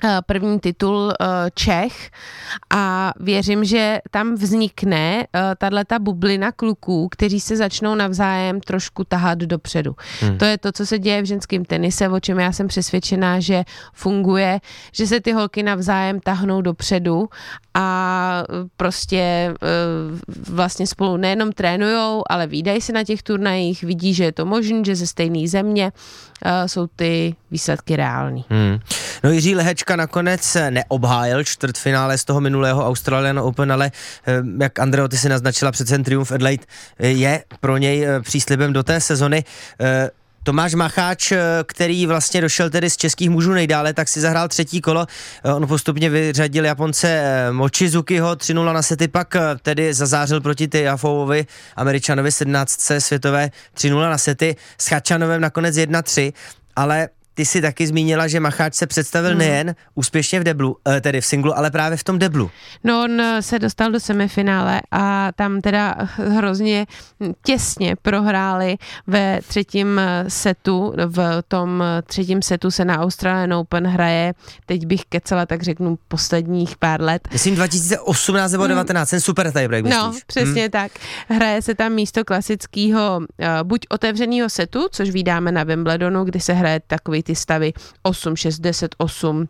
první titul Čech a věřím, že tam vznikne tato bublina kluků, kteří se začnou navzájem trošku tahat dopředu. To je to, co se děje v ženském tenise, o čem já jsem přesvědčená, že funguje, že se ty holky navzájem tahnou dopředu a prostě vlastně spolu nejenom trénujou, ale vídají se na těch turnajích, vidí, že je to možné, že ze stejné země jsou ty výsledky reální. No Jiří Lehečka nakonec neobhájil čtvrtfinále z toho minulého Australian Open, ale jak Andreo, ty si naznačila, přece triumf Adelaide je pro něj příslibem do té sezony. Tomáš Macháč, který vlastně došel tedy z českých mužů nejdále, tak si zahrál třetí kolo. On postupně vyřadil Japonce Mochizukiho 3-0 na sety, pak tedy zazářil proti Tiafovovi, Američanovi 17. světové 3-0 na sety, s Chačanovem nakonec 1-3, ale ty si taky zmínila, že Macháč se představil nejen úspěšně v deblu, tedy v singlu, ale právě v tom deblu. No on se dostal do semifinále a tam teda hrozně těsně prohráli ve třetím setu. V tom třetím setu se na Australian Open hraje, teď bych kecala, tak řeknu posledních pár let. Myslím 2018 nebo 19, ten super tiebreak, myslíš? No, přesně tak. Hraje se tam místo klasického buď otevřeného setu, což vídáme na Wimbledonu, kdy se hraje takový ty stavy 8, 6, 10, 8,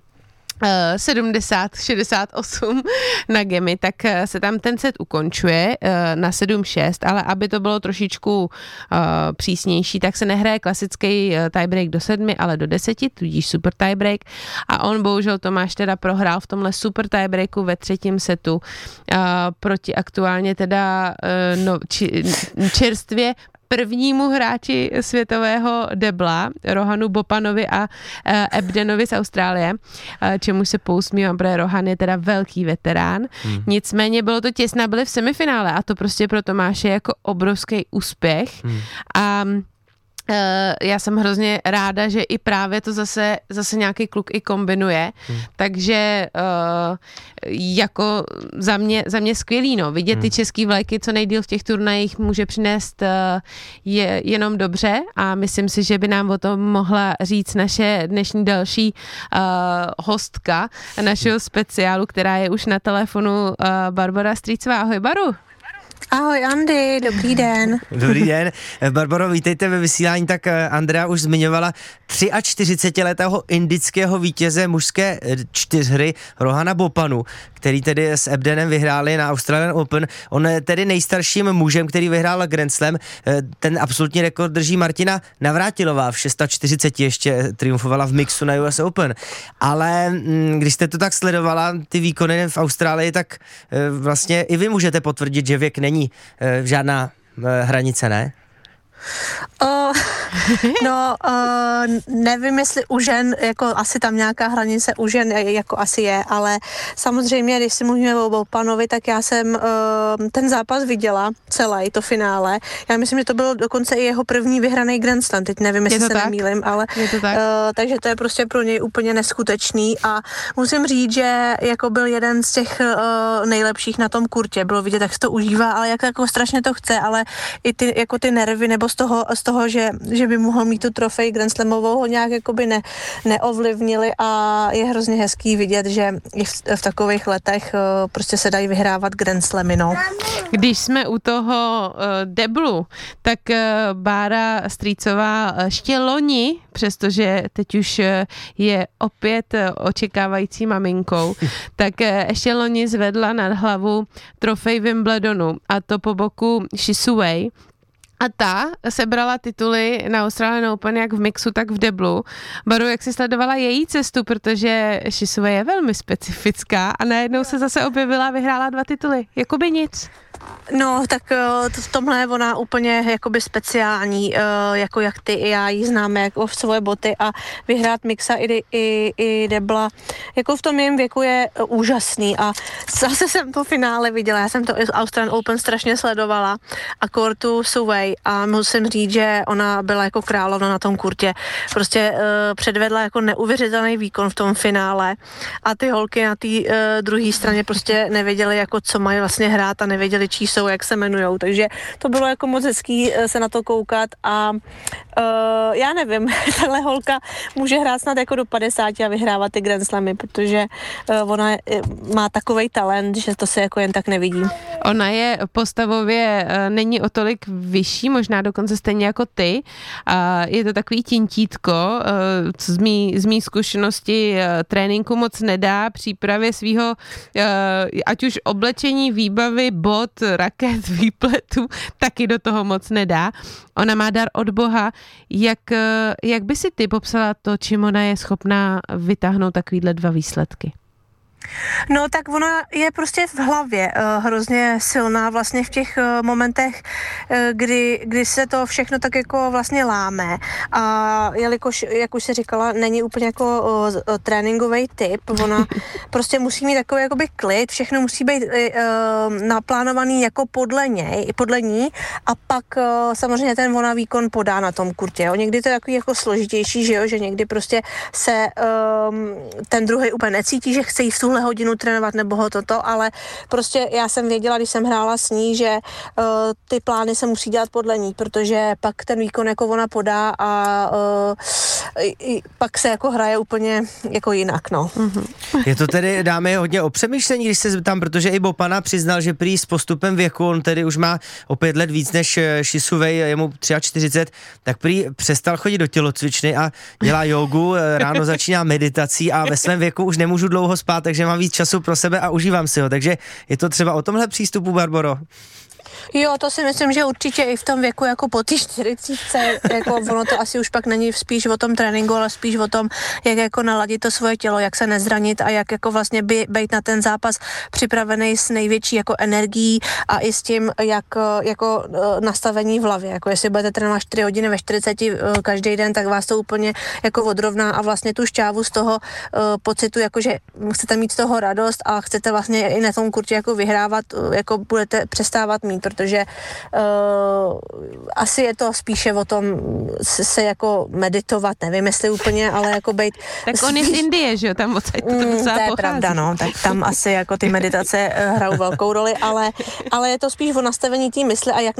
70, 68 na gemy, tak se tam ten set ukončuje na 7-6, ale aby to bylo trošičku přísnější, tak se nehraje klasický tiebreak do 7, ale do 10, tudíž super tiebreak a on bohužel Tomáš teda prohrál v tomhle super tiebreaku ve třetím setu proti aktuálně teda čerstvě prvnímu hráči světového debla, Rohanu Bopanovi a Ebdenovi z Austrálie, čemu se pousmívám, protože Rohan je teda velký veterán. Nicméně bylo to těsné, byli v semifinále a to prostě pro Tomáše jako obrovský úspěch. A já jsem hrozně ráda, že i právě to zase nějaký kluk i kombinuje, takže jako za mě skvělý, no. Vidět ty český vlajky, co nejdýl v těch turnajích může přinést je jenom dobře a myslím si, že by nám o tom mohla říct naše dnešní další hostka našeho speciálu, která je už na telefonu, Barbora Strýcová. Ahoj, Baru. Ahoj Andy, dobrý den. Dobrý den. Barbaro, vítejte ve vysílání. Tak Andrea už zmiňovala 43letého indického vítěze mužské čtyřhry Rohana Bopanu, který tedy s Ebdenem vyhráli na Australian Open. On je tedy nejstarším mužem, který vyhrál Grand Slam. Ten absolutní rekord drží Martina Navrátilová. V 640 ještě triumfovala v mixu na US Open. Ale když jste to tak sledovala, ty výkony v Austrálii, tak vlastně i vy můžete potvrdit, že věk není žádná hranice, ne? Nevím, jestli u žen, jako asi tam nějaká hranice u žen jako asi je, ale samozřejmě, když si mluvíme o Bopanovi, tak já jsem ten zápas viděla, celý to finále. Já myslím, že to byl dokonce i jeho první vyhraný Grand Slam, teď nevím, jestli se nemýlim, ale takže to je prostě pro něj úplně neskutečný a musím říct, že jako byl jeden z těch nejlepších na tom kurtě, bylo vidět, jak se to užívá, ale jak jako strašně to chce, ale i ty nervy nebo z toho, že by mohl mít tu trofej Grand Slamovou, ho nějak jakoby neovlivnili a je hrozně hezký vidět, že i v takových letech prostě se dají vyhrávat Grand Slamy, no. Když jsme u toho deblu, tak Bára Strýcová ještě loni, přestože teď už je opět očekávající maminkou, tak ještě loni zvedla nad hlavu trofej Wimbledonu a to po boku Shi Wei. A ta sebrala tituly na Australian Open jak v mixu, tak v deblu. Baru, jak jsi sledovala její cestu, protože Shi Wei je velmi specifická a najednou se zase objevila a vyhrála 2 tituly. Jakoby nic. No, tak v tomhle je ona úplně jakoby speciální, jako jak ty i já ji známe, jako v svoje boty a vyhrát mixa i debla, jako v tom jejím věku je úžasný a zase jsem to finále viděla, já jsem to Australian Open strašně sledovala a kortu Shi Wei a musím říct, že ona byla jako královna na tom kurtě, prostě předvedla jako neuvěřitelný výkon v tom finále a ty holky na té druhé straně prostě nevěděly, jako co mají vlastně hrát a nevěděli, největší jsou, jak se jmenujou, takže to bylo jako moc hezký se na to koukat a já nevím, tahle holka může hrát snad jako do 50 a vyhrávat ty Grand Slamy, protože ona má takovej talent, že to se jako jen tak nevidí. Ona je postavově, není o tolik vyšší, možná dokonce stejně jako ty. Je to takový tintítko, z mý zkušenosti tréninku moc nedá, přípravě svýho, ať už oblečení, výbavy, bot, raket, výpletu, taky do toho moc nedá. Ona má dar od Boha. Jak by si ty popsala to, čím ona je schopná vytáhnout takovýhle 2 výsledky? No tak ona je prostě v hlavě hrozně silná vlastně v těch momentech, kdy se to všechno tak jako vlastně láme a jelikož, jak už si říkala, není úplně jako tréninkový typ, ona prostě musí mít takový jakoby klid, všechno musí být naplánovaný jako podle ní a pak samozřejmě ten ona výkon podá na tom kurtě. Jo. Někdy to je takový jako složitější, že jo, že někdy prostě se ten druhý úplně necítí, že chce jít v tuhle hodinu trénovat nebo ho toto, ale prostě já jsem věděla, když jsem hrála s ní, že ty plány se musí dělat podle ní, protože pak ten výkon jako ona podá a pak se jako hraje úplně jako jinak, no. Je to tedy, dáme hodně o přemýšlení, když se zeptám, protože i Bopana přiznal, že prý s postupem věku, on tedy už má o 5 let víc než Šisuvej, je mu 43, tak prý přestal chodit do tělocvičny a dělá jogu, ráno začíná meditací a ve svém věku už nemůžu dlouho spát, takže mám víc času pro sebe a užívám si ho, takže je to třeba o tomhle přístupu, Barboro? Jo, to si myslím, že určitě i v tom věku jako po té 40, jako ono to asi už pak není spíš o tom tréninku, ale spíš o tom, jak jako naladit to svoje tělo, jak se nezranit a jak jako vlastně být na ten zápas připravený s největší jako energií a i s tím, jak jako nastavení v hlavě, jako jestli budete trénovat 4 hodiny ve 40 každý den, tak vás to úplně jako odrovná a vlastně tu šťávu z toho pocitu, jako že chcete mít z toho radost a chcete vlastně i na tom kurtě jako vyhrávat, jako budete přestávat mít, protože asi je to spíše o tom se jako meditovat, nevím jestli úplně, ale jako bejt... Tak on je z Indie, že jo, tam odsaď to to je pravda, no, tak tam asi jako ty meditace hrajou velkou roli, ale je to spíš o nastavení té mysli a jak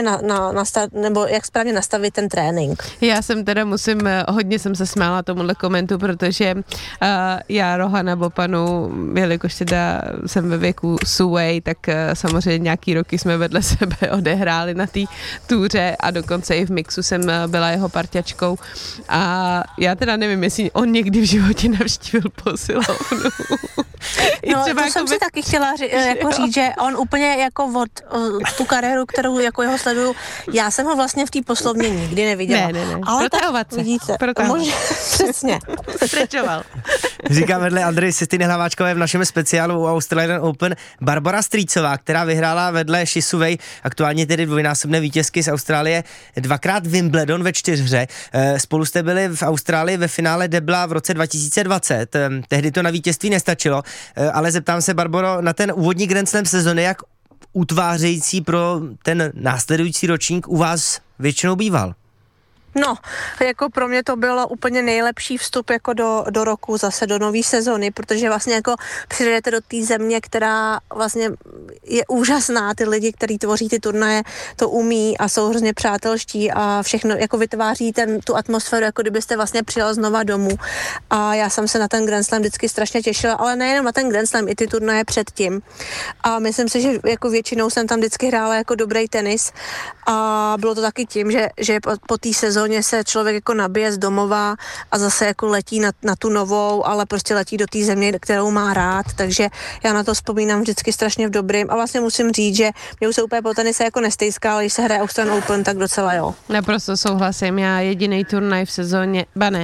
jak správně nastavit ten trénink. Já jsem teda hodně jsem se smála tomuhle komentu, protože já Rohana Bopanu, jelikož teda jsem ve věku Suwei, tak samozřejmě nějaký roky jsme vedle sebe odehráli na té túře a dokonce i v mixu jsem byla jeho parťačkou a já teda nevím, jestli on někdy v životě navštívil posilovnu. No, to jsem si taky chtěla říct, že on úplně jako od tu kariéru, kterou jako jeho sleduju, já jsem ho vlastně v té poslovně nikdy neviděla. Ne. Ale tak vidíte. Přesně. Strečoval. Říká vedle Andrej Sistiny Hlaváčkové v našem speciálu u Australian Open Barbora Strýcová, která vyhrála vedle Šisuvej, aktuálně tedy dvojnásobné vítězky z Austrálie, 2x Wimbledon ve 4. Spolu jste byli v Austrálii ve finále debla v roce 2020. Tehdy to na vítězství nestačilo, ale zeptám se, Barboro, na ten úvodní Grand Slam sezony, jak utvářející pro ten následující ročník u vás většinou býval? No, jako pro mě to bylo úplně nejlepší vstup jako do roku, zase do nové sezony, protože vlastně jako přijdete do té země, která vlastně je úžasná, ty lidi, kteří tvoří ty turnaje, to umí a jsou hrozně přátelští a všechno jako vytváří tu atmosféru, jako kdybyste vlastně přijel znova domů. A já jsem se na ten Grand Slam vždycky strašně těšila, ale nejenom na ten Grand Slam, i ty turnaje předtím. A myslím si, že jako většinou jsem tam vždycky hrála jako dobrý tenis a bylo to taky tím, že po té sezóně se člověk jako nabije z domova a zase jako letí na tu novou, ale prostě letí do té země, kterou má rád, takže já na to vzpomínám vždycky strašně v dobrým a vlastně musím říct, že mě už se úplně po tenise jako nestejská, ale když se hraje Australian Open, tak docela jo. Naprosto souhlasím, já jediný turnaj v sezóně,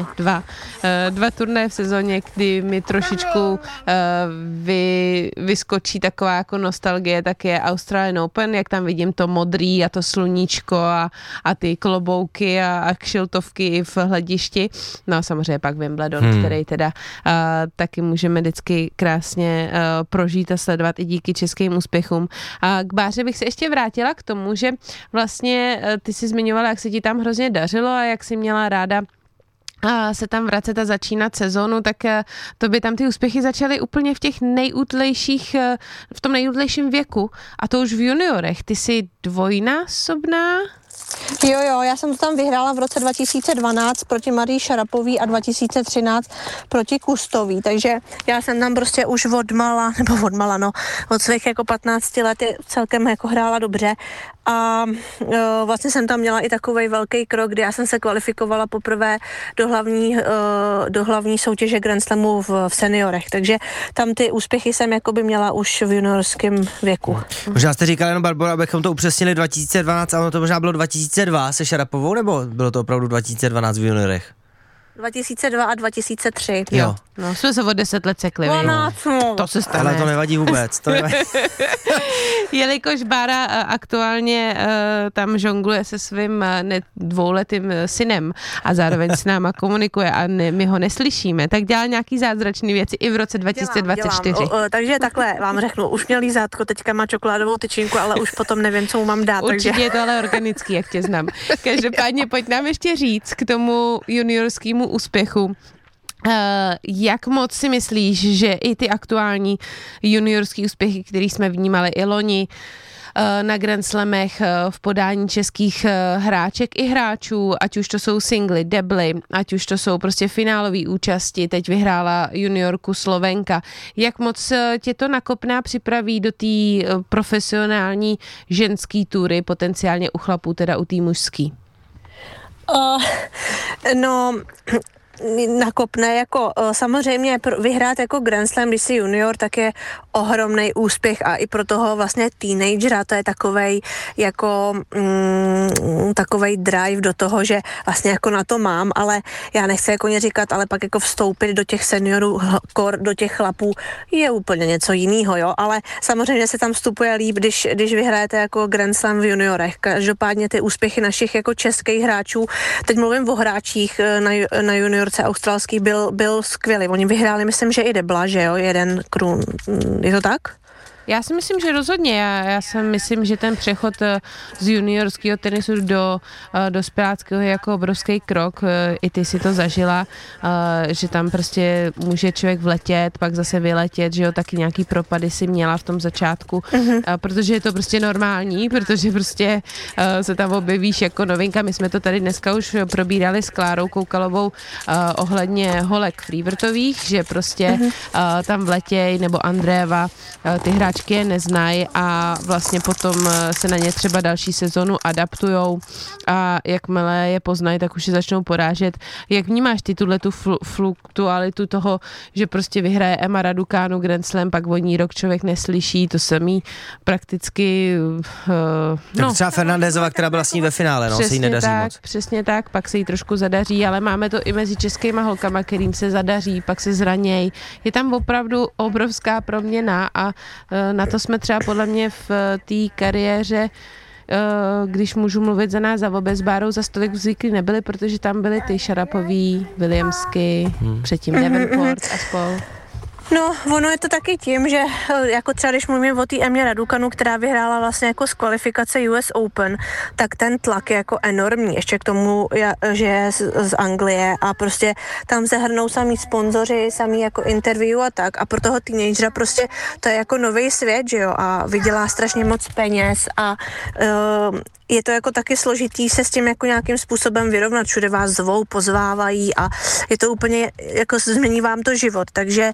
dva turnaje v sezóně, kdy mi trošičku vyskočí taková jako nostalgie, tak je Australian Open, jak tam vidím to modrý a to sluníčko a ty klobouky a kšiltovky v hledišti. No a samozřejmě pak Wimbledon, který teda taky můžeme vždycky krásně prožít a sledovat i díky českým úspěchům. A k Báře bych se ještě vrátila k tomu, že vlastně ty si zmiňovala, jak se ti tam hrozně dařilo a jak si měla ráda se tam vracet a začínat sezónu, tak to by tam ty úspěchy začaly úplně v těch nejútlejších, v tom nejútlejším věku a to už v juniorech. Ty jsi dvojnásobná? Jo, já jsem to tam vyhrála v roce 2012 proti Marii Šarapový a 2013 proti Kustový, takže já jsem tam prostě už od svých jako 15 let celkem jako hrála dobře a vlastně jsem tam měla i takovej velký krok, kdy já jsem se kvalifikovala poprvé do hlavní soutěže Grand Slamu v seniorech, takže tam ty úspěchy jsem jakoby měla už v juniorském věku. Možná jste říkali jenom, Barbora, abychom to upřesnili 2012, ale to možná bylo 2002 se Šarapovou, nebo bylo to opravdu 2012 v juniorech? 2002 a 2003. Jo. No, jsme se o 10 let sekli. To se stane. Ale to nevadí vůbec. Jelikož Bára aktuálně tam žongluje se svým dvouletým synem a zároveň s náma komunikuje a my ho neslyšíme, tak dělá nějaký zázračný věci i v roce 2024. Dělám. Takže takhle vám řeknu, už měl lízátko, teďka má čokoládovou tyčinku, ale už potom nevím, co mu mám dát. Určitě takže... je to ale organický, jak tě znám. Každopádně pojď nám ještě říct k tomu juniorskému úspěchu. Jak moc si myslíš, že i ty aktuální juniorský úspěchy, které jsme vnímali i loni na Grand Slamech v podání českých hráček i hráčů, ať už to jsou singly, debly, ať už to jsou prostě finálové účasti, teď vyhrála juniorku Slovenka. Jak moc tě to nakopná připraví do té profesionální ženské tury, potenciálně u chlapů, teda u té mužský? Nakopne, jako samozřejmě vyhrát jako Grand Slam, když jsi junior, tak je ohromný úspěch a i pro toho vlastně teenagera to je takovej jako takovej drive do toho, že vlastně jako na to mám, ale já nechci jako říkat, ale pak jako vstoupit do těch seniorů, do těch chlapů je úplně něco jiného, jo, ale samozřejmě se tam vstupuje líp, když vyhrajete jako Grand Slam v juniorech. Každopádně ty úspěchy našich jako českých hráčů, teď mluvím o hráčích na juniorce australský, byl skvělý. Oni vyhráli, myslím, že i debla, že jo, jeden krůn. Je to tak? Já si myslím, že rozhodně. Já si myslím, že ten přechod z juniorského tenisu do dospěláckého je jako obrovský krok. I ty si to zažila, že tam prostě může člověk vletět, pak zase vyletět, že jo, taky nějaký propady si měla v tom začátku, protože je to prostě normální, protože prostě se tam objevíš jako novinka. My jsme to tady dneska už probírali s Klárou Koukalovou ohledně holek freevrtových, že prostě tam vletěj, nebo Andréva, ty hráčky je neznají a vlastně potom se na ně třeba další sezonu adaptujou a jakmile je poznají, tak už je začnou porážet. Jak vnímáš ty tuhletu fluktualitu toho, že prostě vyhraje Emma Raducanu Grand Slam, pak o ní rok člověk neslyší, to samý prakticky tak třeba Fernandezova, která byla s ní ve finále, no, se jí nedaří moc. Přesně tak, pak se jí trošku zadaří, ale máme to i mezi českýma holkama, kterým se zadaří, pak se zranějí. Je tam opravdu obrovská proměna a na to jsme třeba podle mě v té kariéře, když můžu mluvit za nás, za obě s Bárou, za stolik zvyklí nebyli, protože tam byly ty Šarapový, Williamsky, předtím Davenport a spol. No, ono je to taky tím, že jako třeba když mluvím o té Emě Raducanu, která vyhrála vlastně jako z kvalifikace US Open, tak ten tlak je jako enormní, ještě k tomu, že je z Anglie a prostě tam se hrnou samý sponzoři, samý jako interview a tak a pro toho teenagera prostě to je jako nový svět, že jo, a vydělá strašně moc peněz a je to jako taky složitý se s tím jako nějakým způsobem vyrovnat, všude vás zvou, pozvávají a je to úplně, jako změní vám to život, takže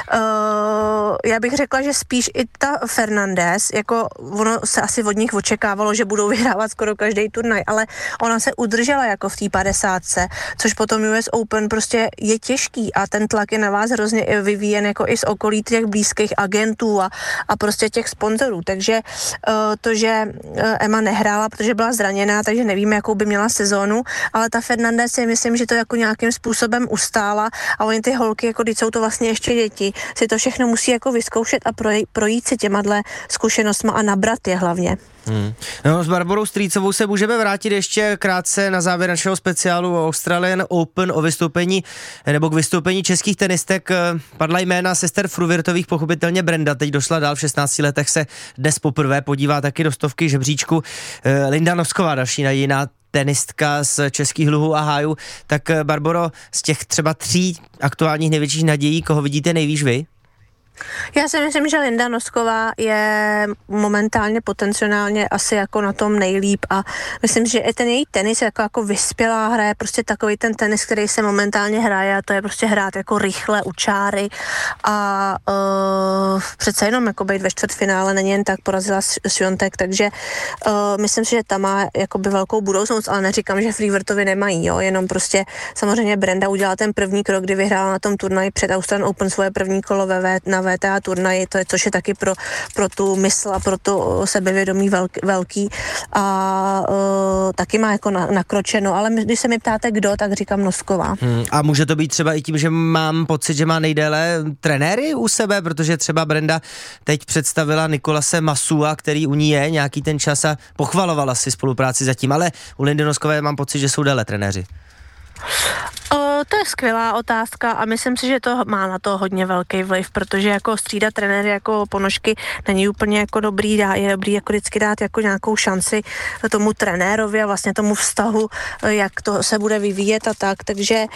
já bych řekla, že spíš i ta Fernandez, jako ono se asi od nich očekávalo, že budou vyhrávat skoro každý turnaj, ale ona se udržela jako v té 50, což potom US Open prostě je těžký a ten tlak je na vás hrozně vyvíjen jako i z okolí těch blízkých agentů a prostě těch sponzorů, takže to, že Emma nehrála, protože byla zraněná, takže nevíme, jakou by měla sezónu, ale ta Fernandez si myslím, že to jako nějakým způsobem ustála a oni ty holky, jako když jsou to vlastně ještě děti, si to všechno musí jako vyzkoušet a projít si těma zkušenostma a nabrat je hlavně. No, s Barborou Strýcovou se můžeme vrátit ještě krátce na závěr našeho speciálu o Australian Open, o vystoupení nebo k vystoupení českých tenistek. Padla jména sester Fruvirtových, pochopitelně Brenda teď došla dál, v 16 letech se dnes poprvé podívá taky do stovky žebříčku. Linda Nosková, další nadějná tenistka z Českých luhů a hájů. Tak Barboro, z těch třeba 3 aktuálních největších nadějí, koho vidíte nejvíc vy? Já si myslím, že Linda Nosková je momentálně potenciálně asi jako na tom nejlíp a myslím, že i ten její tenis jako vyspělá hra je prostě takový ten tenis, který se momentálně hraje a to je prostě hrát jako rychle u čáry a přece jenom jako být ve čtvrtfinále není jen tak, porazila Swiatek, takže myslím si, že ta má jakoby velkou budoucnost, ale neříkám, že Freewertovi nemají, jo, jenom prostě samozřejmě Brenda udělala ten první krok, kdy vyhrála na tom turnaji před Australian Open svoje první kolo na VTA turnaji, což je taky pro tu mysl a pro to sebevědomí velký a taky má jako nakročeno, ale když se mi ptáte kdo, tak říkám Nosková. A může to být třeba i tím, že mám pocit, že má nejdéle trenéry u sebe, protože třeba Brenda teď představila Nikolase Masua, který u ní je nějaký ten čas a pochvalovala si spolupráci zatím, ale u Lindy Noskové mám pocit, že jsou déle trenéři. To je skvělá otázka a myslím si, že to má na to hodně velký vliv, protože jako střídat trenéry jako ponožky není úplně jako dobrý, je dobrý jako vždycky dát jako nějakou šanci tomu trenérovi a vlastně tomu vztahu, jak to se bude vyvíjet a tak, takže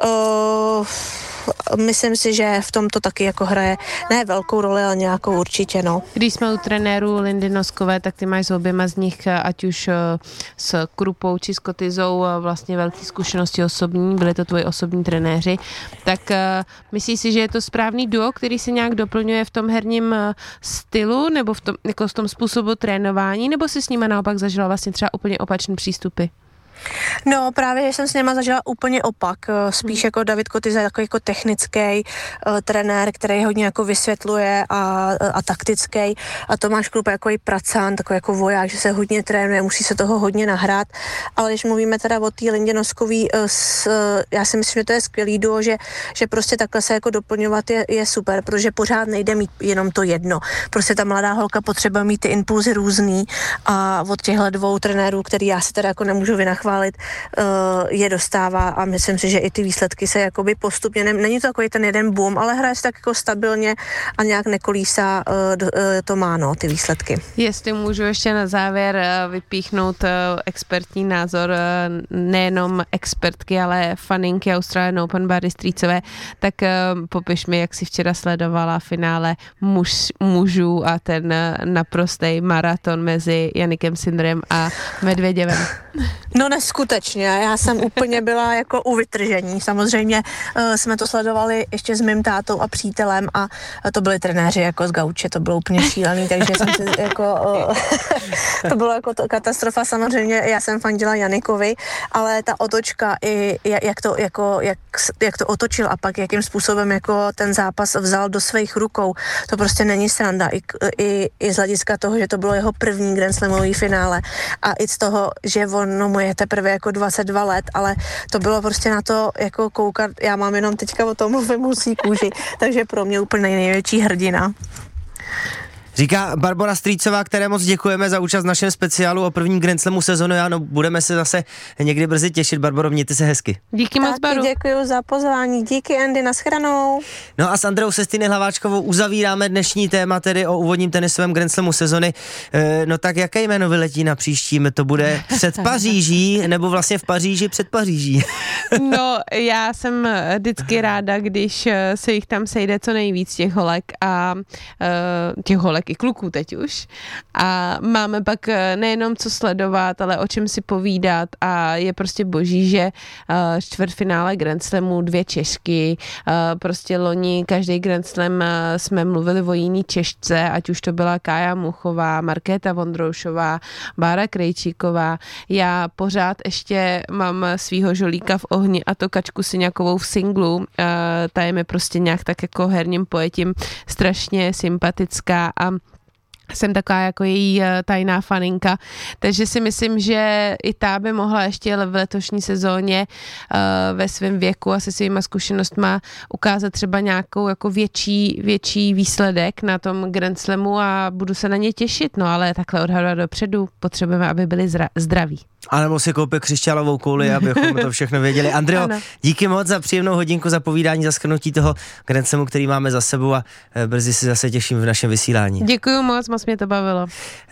myslím si, že v tom to taky jako hraje ne velkou roli, ale nějakou určitě, no. Když jsme u trenérů Lindy Noskové, tak ty máš s oběma z nich, ať už s Krupou či s Kotizou, vlastně velké zkušenosti osobní, byly to tvoji osobní trenéři, tak myslíš si, že je to správný duo, který se nějak doplňuje v tom herním stylu, nebo v tom způsobu trénování, nebo si s nimi naopak zažila vlastně třeba úplně opačný přístupy? No právě, že jsem s něma zažila úplně opak, spíš jako David Kotyza takový jako technický trenér, který hodně jako vysvětluje a taktický a Tomáš Krupa jako i pracán, takový jako voják, že se hodně trénuje, musí se toho hodně nahrát, ale když mluvíme teda o té Lindě Noskový, já si myslím, že to je skvělý duo, že prostě takhle se jako doplňovat je super, protože pořád nejde mít jenom to jedno, prostě ta mladá holka potřebuje mít ty impulzy různý a od těchhle 2 trenérů, který já si teda jako nemůžu vynachválit, je dostává a myslím si, že i ty výsledky se jakoby postupně, není to takový ten jeden boom, ale hraje se tak jako stabilně a nějak nekolísá, to má, no, ty výsledky. Jestli můžu ještě na závěr vypíchnout expertní názor nejenom expertky, ale faninky Australian Open Barry Strýcové, tak popiš mi, jak si včera sledovala finále mužů a ten naprostej maraton mezi Jannikem Sinnerem a Medvěděvem. No neskutečně, já jsem úplně byla jako u vytržení. Samozřejmě jsme to sledovali ještě s mým tátou a přítelem a to byli trenéři jako z gauče, to bylo úplně šílený, takže jsem si jako, to bylo jako katastrofa. Samozřejmě já jsem fandila Jannikovi, ale ta otočka i jak to otočil a pak jakým způsobem jako ten zápas vzal do svých rukou, to prostě není sranda. I z hlediska toho, že to bylo jeho první Grand Slamový finále a i z toho, že ono mu je teprve jako 22 let, ale to bylo prostě na to jako koukat, já mám jenom teďka o tom mluvím husí kůži, takže pro mě úplně největší hrdina. Říká Barbora Strýcová, které moc děkujeme za účast v našem speciálu o prvním Grand Slamu sezonu. Ano, budeme se zase někdy brzy těšit. Barboro, mějte se hezky. Díky moc, Baru. Děkuji za pozvání. Díky, Andy, nashledanou. No a s Andreou Sestiny Hlaváčkovou uzavíráme dnešní téma, tedy o úvodním tenisovém Grand Slamu sezony. No tak jaké jméno vyletí na příštím? To bude před Paříží, nebo vlastně v Paříži před Paříží? No, já jsem vždycky ráda, když se jich tam sejde co nejvíc těch holek a těch holek i kluků teď už. A máme pak nejenom co sledovat, ale o čem si povídat a je prostě boží, že čtvrtfinále Grand Slamu 2 Češky, prostě loni každý Grand Slam jsme mluvili o jiný Češce, ať už to byla Kája Muchová, Markéta Vondroušová, Bára Krejčíková. Já pořád ještě mám svýho žolíka v ohni a to Kačku Syňakovou v singlu. Ta je mi prostě nějak tak jako herním pojetím strašně sympatická a jsem taková jako její tajná faninka, takže si myslím, že i ta by mohla ještě v letošní sezóně ve svém věku a se svýma zkušenostma ukázat třeba nějakou jako větší výsledek na tom Grand Slamu a budu se na ně těšit, no ale takhle odhadovat dopředu potřebujeme, aby byli zdraví. A nebo si koupit křišťálovou kouli, abychom to všechno věděli. Andreo, díky moc za příjemnou hodinku, za povídání, za shrnutí toho Grand Slamu, který máme za sebou a brzy si zase těším v našem vysílání. Děkuju moc mě to bavilo.